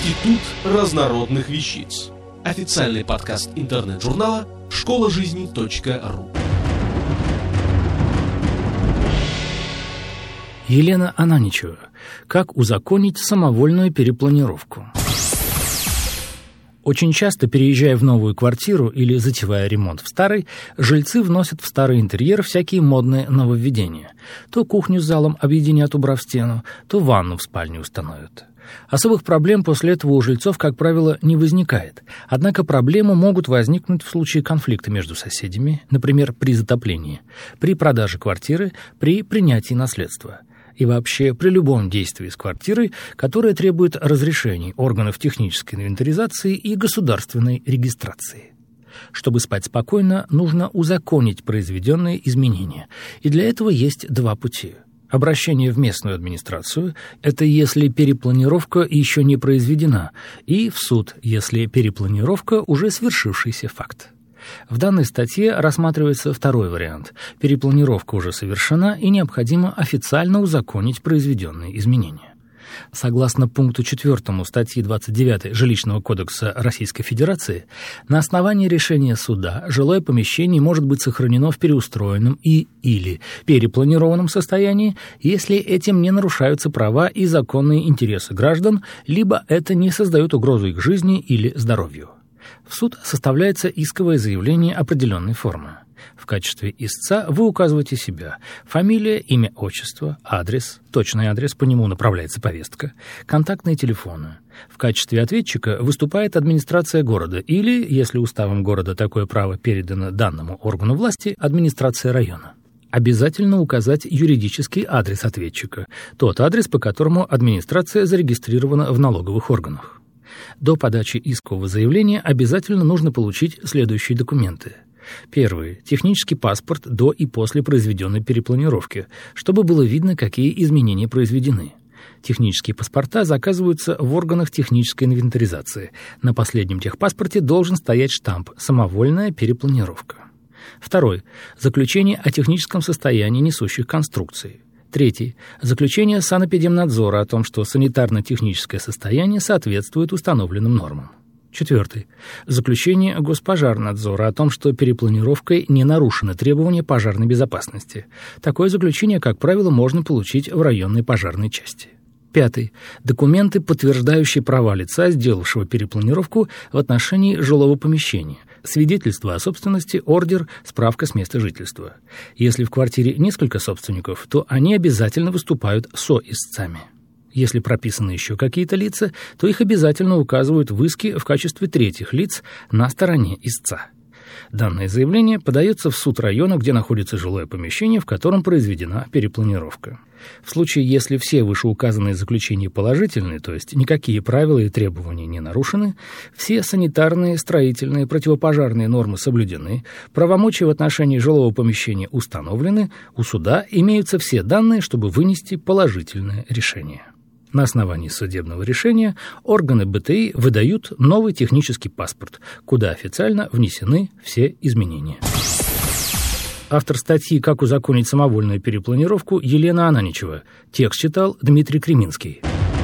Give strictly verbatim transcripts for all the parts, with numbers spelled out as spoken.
Институт разнородных вещиц. Официальный подкаст интернет-журнала школа жизни точка ру. Елена Ананичева. Как узаконить самовольную перепланировку? Очень часто, переезжая в новую квартиру или затевая ремонт в старой, жильцы вносят в старый интерьер всякие модные нововведения. То кухню с залом объединят, убрав стену, то ванну в спальне установят. Особых проблем после этого у жильцов, как правило, не возникает. Однако проблемы могут возникнуть в случае конфликта между соседями, например, при затоплении, при продаже квартиры, при принятии наследства. И вообще при любом действии с квартирой, которое требует разрешений органов технической инвентаризации и государственной регистрации. Чтобы спать спокойно, нужно узаконить произведенные изменения. И для этого есть два пути. Обращение в местную администрацию – это если перепланировка еще не произведена, и в суд, если перепланировка – уже свершившийся факт. В данной статье рассматривается второй вариант. Перепланировка уже совершена, и необходимо официально узаконить произведенные изменения. Согласно пункту четвертому статьи двадцать девятой Жилищного кодекса Российской Федерации, на основании решения суда жилое помещение может быть сохранено в переустроенном и или перепланированном состоянии, если этим не нарушаются права и законные интересы граждан, либо это не создает угрозу их жизни или здоровью. В суд составляется исковое заявление определенной формы. В качестве истца вы указываете себя: фамилия, имя, отчество, адрес, точный адрес, по нему направляется повестка, контактные телефоны. В качестве ответчика выступает администрация города или, если уставом города такое право передано данному органу власти, администрация района. Обязательно указать юридический адрес ответчика, тот адрес, по которому администрация зарегистрирована в налоговых органах. До подачи искового заявления обязательно нужно получить следующие документы. Первый – технический паспорт до и после произведенной перепланировки, чтобы было видно, какие изменения произведены. Технические паспорта заказываются в органах технической инвентаризации. На последнем техпаспорте должен стоять штамп «Самовольная перепланировка». Второй – заключение о техническом состоянии несущих конструкций. Третий – заключение санэпидемнадзора о том, что санитарно-техническое состояние соответствует установленным нормам. Четвертый – заключение Госпожарнадзора о том, что перепланировкой не нарушены требования пожарной безопасности. Такое заключение, как правило, можно получить в районной пожарной части. Пятый – документы, подтверждающие права лица, сделавшего перепланировку в отношении жилого помещения. Свидетельство о собственности, ордер, справка с места жительства. Если в квартире несколько собственников, то они обязательно выступают соисцами. Если прописаны еще какие-то лица, то их обязательно указывают в иске в качестве третьих лиц на стороне истца. Данное заявление подается в суд района, где находится жилое помещение, в котором произведена перепланировка. В случае, если все вышеуказанные заключения положительны, то есть никакие правила и требования не нарушены, все санитарные, строительные, противопожарные нормы соблюдены, правомочия в отношении жилого помещения установлены, у суда имеются все данные, чтобы вынести положительное решение. На основании судебного решения органы бэ тэ и выдают новый технический паспорт, куда официально внесены все изменения. Автор статьи «Как узаконить самовольную перепланировку» Елена Ананичева. Текст читал Дмитрий Креминский.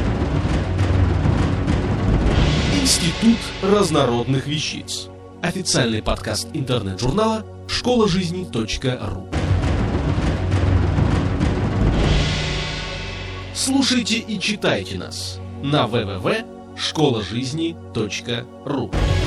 Институт разнородных вещиц. Официальный подкаст интернет-журнала школа жизни точка ру. Слушайте и читайте нас на дабл ю дабл ю дабл ю точка школа жизни точка ру.